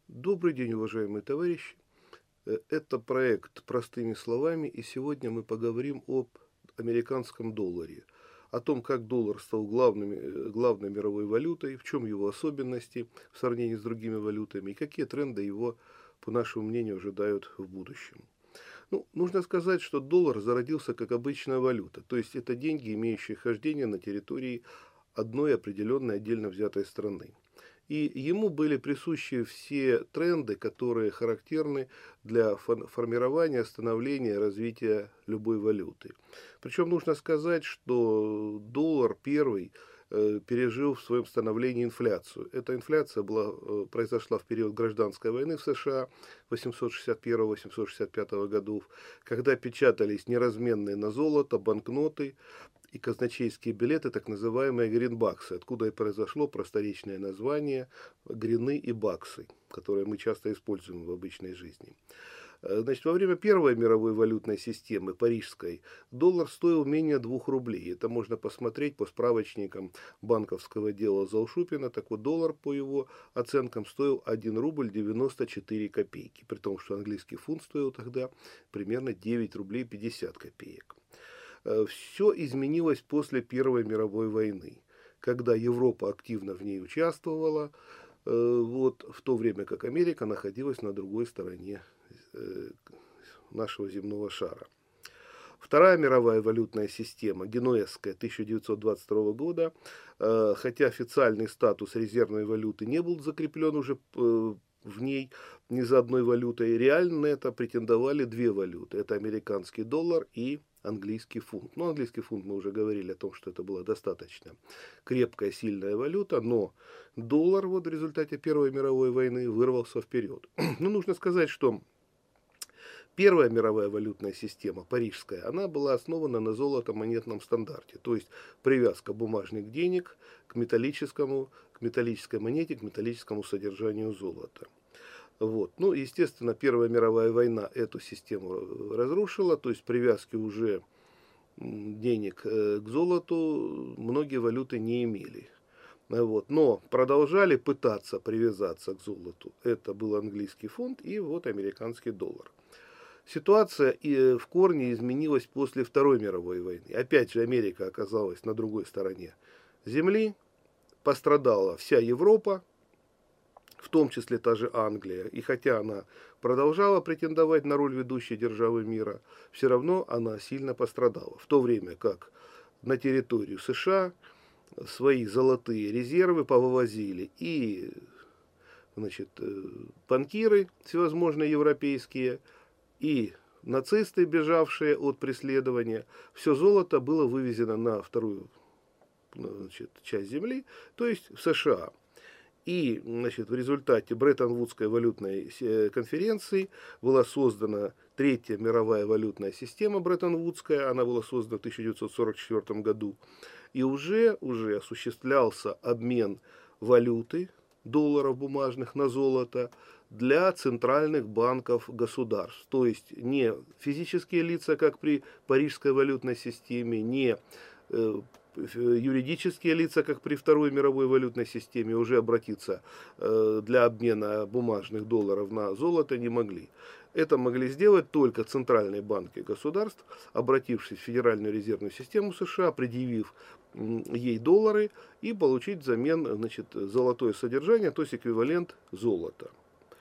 Добрый день, уважаемые товарищи. Это проект «Простыми словами», и сегодня мы поговорим об американском долларе, о том, как доллар стал главной мировой валютой, в чем его особенности в сравнении с другими валютами и какие тренды его, по нашему мнению, ожидают в будущем. Ну, нужно сказать, что доллар зародился как обычная валюта, то есть это деньги, имеющие хождение на территории одной определенной отдельно взятой страны. И ему были присущи все тренды, которые характерны для формирования, становления, развития любой валюты. Причем нужно сказать, что доллар первый пережил в своем становлении инфляцию. Эта инфляция произошла в период гражданской войны в США 861-865 годов, когда печатались неразменные на золото банкноты, и казначейские билеты, так называемые гринбаксы, откуда и произошло просторечное название грины и баксы, которые мы часто используем в обычной жизни. Значит, во время Первой мировой валютной системы, парижской, доллар стоил менее 2 рублей. Это можно посмотреть по справочникам банковского дела Заушупина. Так вот, доллар, по его оценкам, стоил 1 рубль 94 копейки, при том, что английский фунт стоил тогда примерно 9 рублей 50 копеек. Все изменилось после Первой мировой войны, когда Европа активно в ней участвовала, вот, в то время как Америка находилась на другой стороне нашего земного шара. Вторая мировая валютная система, генуэзская, 1922 года, хотя официальный статус резервной валюты не был закреплен уже в ней ни за одной валютой, реально на это претендовали две валюты. Это американский доллар и английский фунт. Ну, английский фунт, мы уже говорили о том, что это была достаточно крепкая, сильная валюта, но доллар вот в результате Первой мировой войны вырвался вперед. Ну, нужно сказать, что Первая мировая валютная система, парижская, она была основана на золото-монетном стандарте, то есть привязка бумажных денег к металлической монете, к металлическому содержанию золота. Вот. Ну, естественно, Первая мировая война эту систему разрушила, то есть привязки уже денег к золоту многие валюты не имели. Вот. Но продолжали пытаться привязаться к золоту. Это был английский фунт и вот американский доллар. Ситуация в корне изменилась после Второй мировой войны. Опять же, Америка оказалась на другой стороне земли, пострадала вся Европа, в том числе та же Англия. И хотя она продолжала претендовать на роль ведущей державы мира, все равно она сильно пострадала. В то время как на территорию США свои золотые резервы повывозили и, значит, банкиры всевозможные европейские, и нацисты, бежавшие от преследования. Все золото было вывезено на вторую, значит, часть земли, то есть в США. И, значит, в результате Бреттон-Вудской валютной конференции была создана Третья мировая валютная система Бреттон-Вудская. Она была создана в 1944 году. И уже осуществлялся обмен валюты, долларов бумажных на золото, для центральных банков государств. То есть не физические лица, как при Парижской валютной системе, не юридические лица, как при Второй мировой валютной системе, уже обратиться для обмена бумажных долларов на золото не могли. Это могли сделать только центральные банки государств, обратившись в Федеральную резервную систему США, предъявив ей доллары и получить взамен, значит, золотое содержание, то есть эквивалент золота.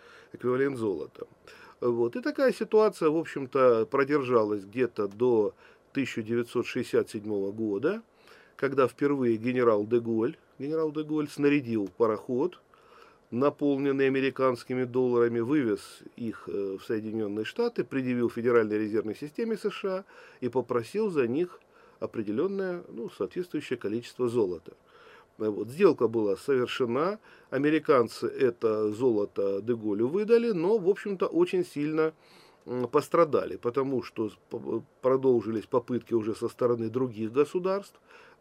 Вот. И такая ситуация, в общем-то, продержалась где-то до 1967 года, когда впервые генерал де Голль снарядил пароход, наполненный американскими долларами, вывез их в Соединенные Штаты, предъявил Федеральной резервной системе США и попросил за них определенное, соответствующее количество золота. Вот. Сделка была совершена, американцы это золото де Голлю выдали, но, в общем-то, очень сильно пострадали, потому что продолжились попытки уже со стороны других государств,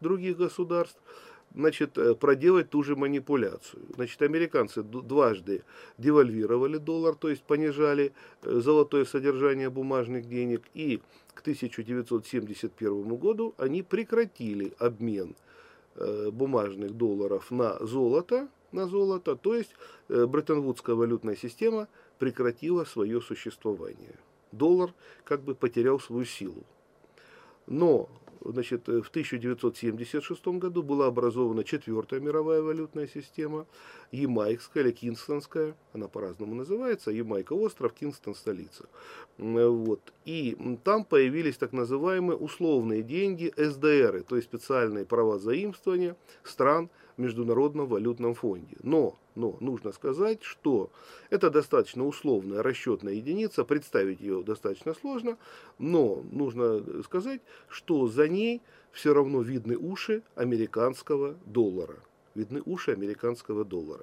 значит, проделать ту же манипуляцию. Значит, американцы дважды девальвировали доллар, то есть понижали золотое содержание бумажных денег, и к 1971 году они прекратили обмен бумажных долларов на золото, на золото, то есть Бреттон-Вудская валютная система прекратила свое существование. Доллар как бы потерял свою силу. Но, значит, в 1976 году была образована четвертая мировая валютная система, ямайкская или кингстонская, она по-разному называется, Ямайка остров, Кингстон столица. Вот. И там появились так называемые условные деньги СДР, то есть специальные права заимствования стран в Международном валютном фонде. Но нужно сказать, что это достаточно условная расчетная единица, представить ее достаточно сложно, но нужно сказать, что за ней все равно видны уши американского доллара. Видны уши американского доллара.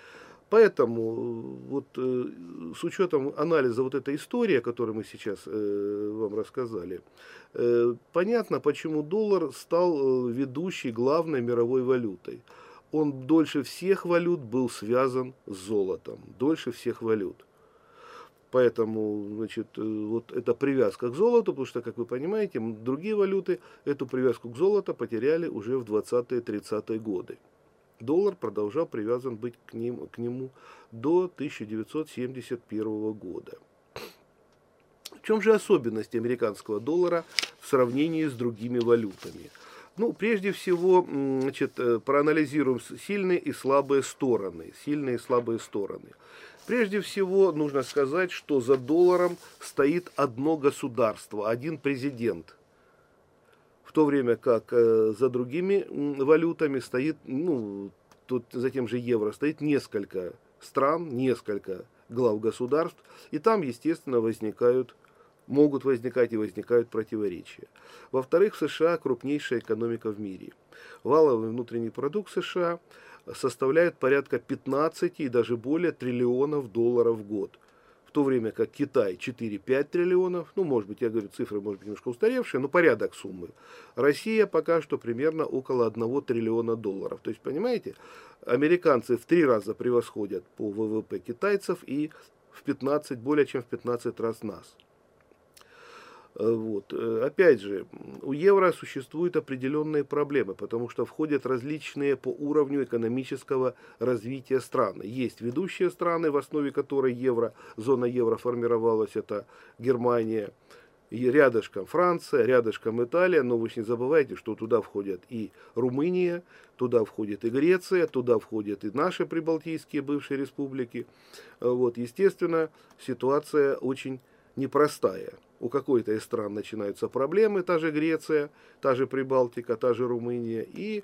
Поэтому вот с учетом анализа вот этой истории, о которой мы сейчас вам рассказали, понятно, почему доллар стал ведущей главной мировой валютой. Он дольше всех валют был связан с золотом, дольше всех валют. Поэтому, значит, вот эта привязка к золоту, потому что, как вы понимаете, другие валюты эту привязку к золоту потеряли уже в 20-30-е годы. Доллар продолжал привязан быть к нему до 1971 года. В чем же особенность американского доллара в сравнении с другими валютами? Ну, прежде всего, значит, проанализируем сильные и слабые стороны. Сильные и слабые стороны. Прежде всего, нужно сказать, что за долларом стоит одно государство, один президент. В то время как за другими валютами стоит, ну, тут за тем же евро стоит несколько стран, несколько глав государств. И там, естественно, могут возникать и возникают противоречия. Во-вторых, в США крупнейшая экономика в мире. Валовый внутренний продукт США составляет порядка 15 и даже более триллионов долларов в год. В то время как Китай 4-5 триллионов, ну, может быть, я говорю цифры, может быть, немножко устаревшие, но порядок суммы. Россия пока что примерно около 1 триллиона долларов. То есть, понимаете, американцы в 3 раза превосходят по ВВП китайцев и более чем в 15 раз нас. Вот. Опять же, у евро существуют определенные проблемы, потому что входят различные по уровню экономического развития страны. Есть ведущие страны, в основе которой зона евро формировалась, это Германия, и рядышком Франция, рядышком Италия, но вы не забывайте, что туда входят и Румыния, туда входит и Греция, туда входят и наши прибалтийские бывшие республики. Вот, естественно, ситуация очень непростая. У какой-то из стран начинаются проблемы, та же Греция, та же Прибалтика, та же Румыния, и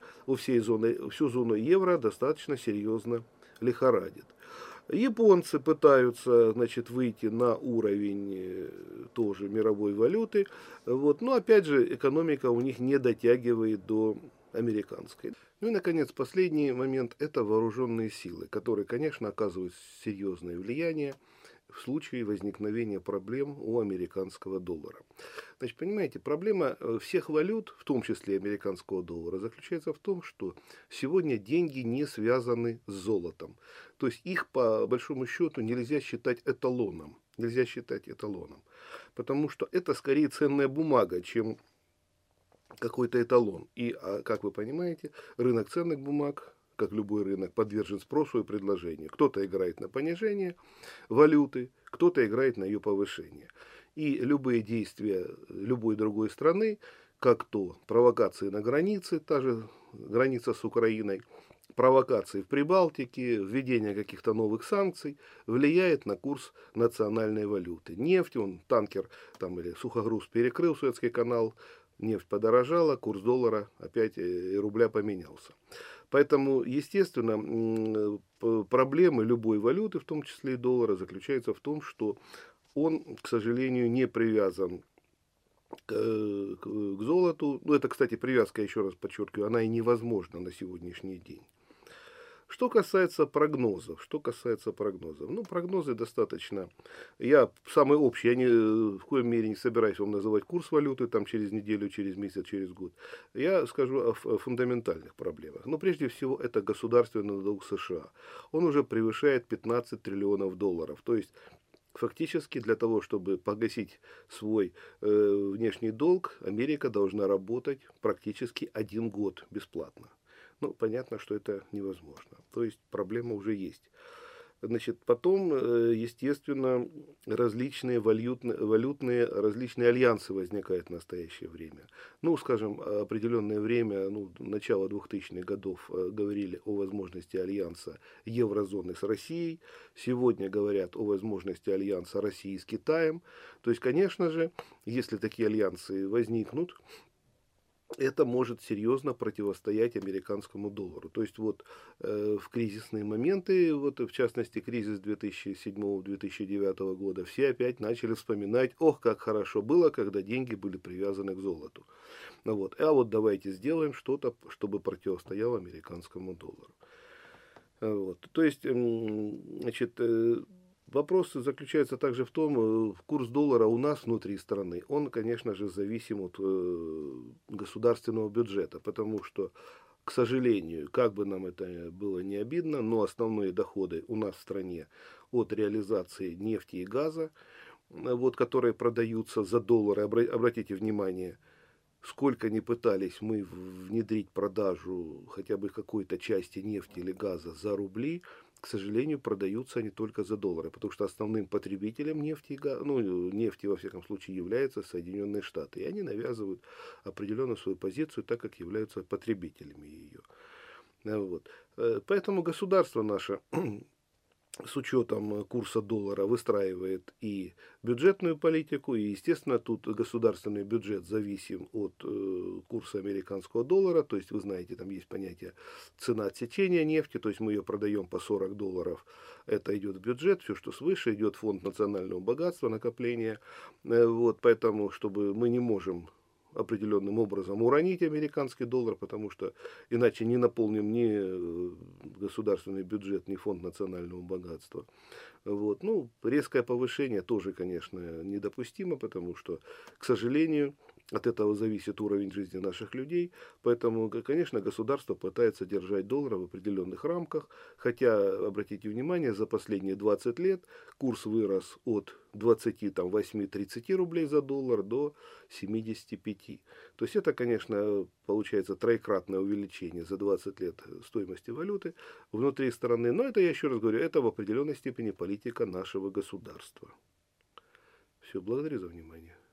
всю зону евро достаточно серьезно лихорадит. Японцы пытаются, значит, выйти на уровень тоже мировой валюты, вот, но опять же экономика у них не дотягивает до американской. Ну и, наконец, последний момент – это вооруженные силы, которые, конечно, оказывают серьезное влияние в случае возникновения проблем у американского доллара. Значит, понимаете, проблема всех валют, в том числе американского доллара, заключается в том, что сегодня деньги не связаны с золотом. То есть их, по большому счету, нельзя считать эталоном. Нельзя считать эталоном. Потому что это скорее ценная бумага, чем какой-то эталон. И, как вы понимаете, рынок ценных бумаг, как любой рынок, подвержен спросу и предложению. Кто-то играет на понижение валюты, кто-то играет на ее повышение. И любые действия любой другой страны, как то провокации на границе, та же граница с Украиной, провокации в Прибалтике, введение каких-то новых санкций, влияет на курс национальной валюты. Нефть, танкер там, или сухогруз перекрыл Суэцкий канал, нефть подорожала, курс доллара опять и рубля поменялся. Поэтому, естественно, проблемы любой валюты, в том числе и доллара, заключаются в том, что он, к сожалению, не привязан к золоту. Ну, это, кстати, привязка, еще раз подчеркиваю, она и невозможна на сегодняшний день. Что касается прогнозов, ну, прогнозы достаточно, я самый общий, я в коем мере не собираюсь вам называть курс валюты там через неделю, через месяц, через год, я скажу о фундаментальных проблемах. Но прежде всего это государственный долг США, он уже превышает 15 триллионов долларов, то есть фактически для того, чтобы погасить свой внешний долг, Америка должна работать практически 1 год бесплатно. Ну, понятно, что это невозможно. То есть проблема уже есть. Значит, потом, естественно, различные валютные различные альянсы возникают в настоящее время. Ну, скажем, определенное время, ну, начало 2000-х годов говорили о возможности альянса еврозоны с Россией. Сегодня говорят о возможности альянса России с Китаем. То есть, конечно же, если такие альянсы возникнут, это может серьезно противостоять американскому доллару. То есть вот в кризисные моменты, вот в частности кризис 2007-2009 года, все опять начали вспоминать, ох, как хорошо было, когда деньги были привязаны к золоту. Ну вот, а вот давайте сделаем что-то, чтобы противостояло американскому доллару. Вот. То есть, значит, вопрос заключается также в том, курс доллара у нас внутри страны, он, конечно же, зависим от государственного бюджета, потому что, к сожалению, как бы нам это было не обидно, но основные доходы у нас в стране от реализации нефти и газа, вот, которые продаются за доллары, обратите внимание, сколько ни пытались мы внедрить продажу хотя бы какой-то части нефти или газа за рубли, к сожалению, продаются они только за доллары, потому что основным потребителем нефти, ну, нефти во всяком случае являются Соединенные Штаты, и они навязывают определенную свою позицию, так как являются потребителями ее. Вот. Поэтому государство наше с учетом курса доллара выстраивает и бюджетную политику, и, естественно, тут государственный бюджет зависим от курса американского доллара, то есть, вы знаете, там есть понятие цена отсечения нефти, то есть мы ее продаем по $40, это идет в бюджет, все, что свыше, идет в фонд национального богатства, накопления, вот, поэтому, чтобы мы не можем определенным образом уронить американский доллар, потому что иначе не наполним ни государственный бюджет, ни фонд национального богатства. Вот. Ну, резкое повышение тоже, конечно, недопустимо, потому что, к сожалению, от этого зависит уровень жизни наших людей. Поэтому, конечно, государство пытается держать доллар в определенных рамках. Хотя, обратите внимание, за последние 20 лет курс вырос от 28-30 рублей за доллар до 75. То есть это, конечно, получается троекратное увеличение за 20 лет стоимости валюты внутри страны. Но это, я еще раз говорю, это в определенной степени политика нашего государства. Все, благодарю за внимание.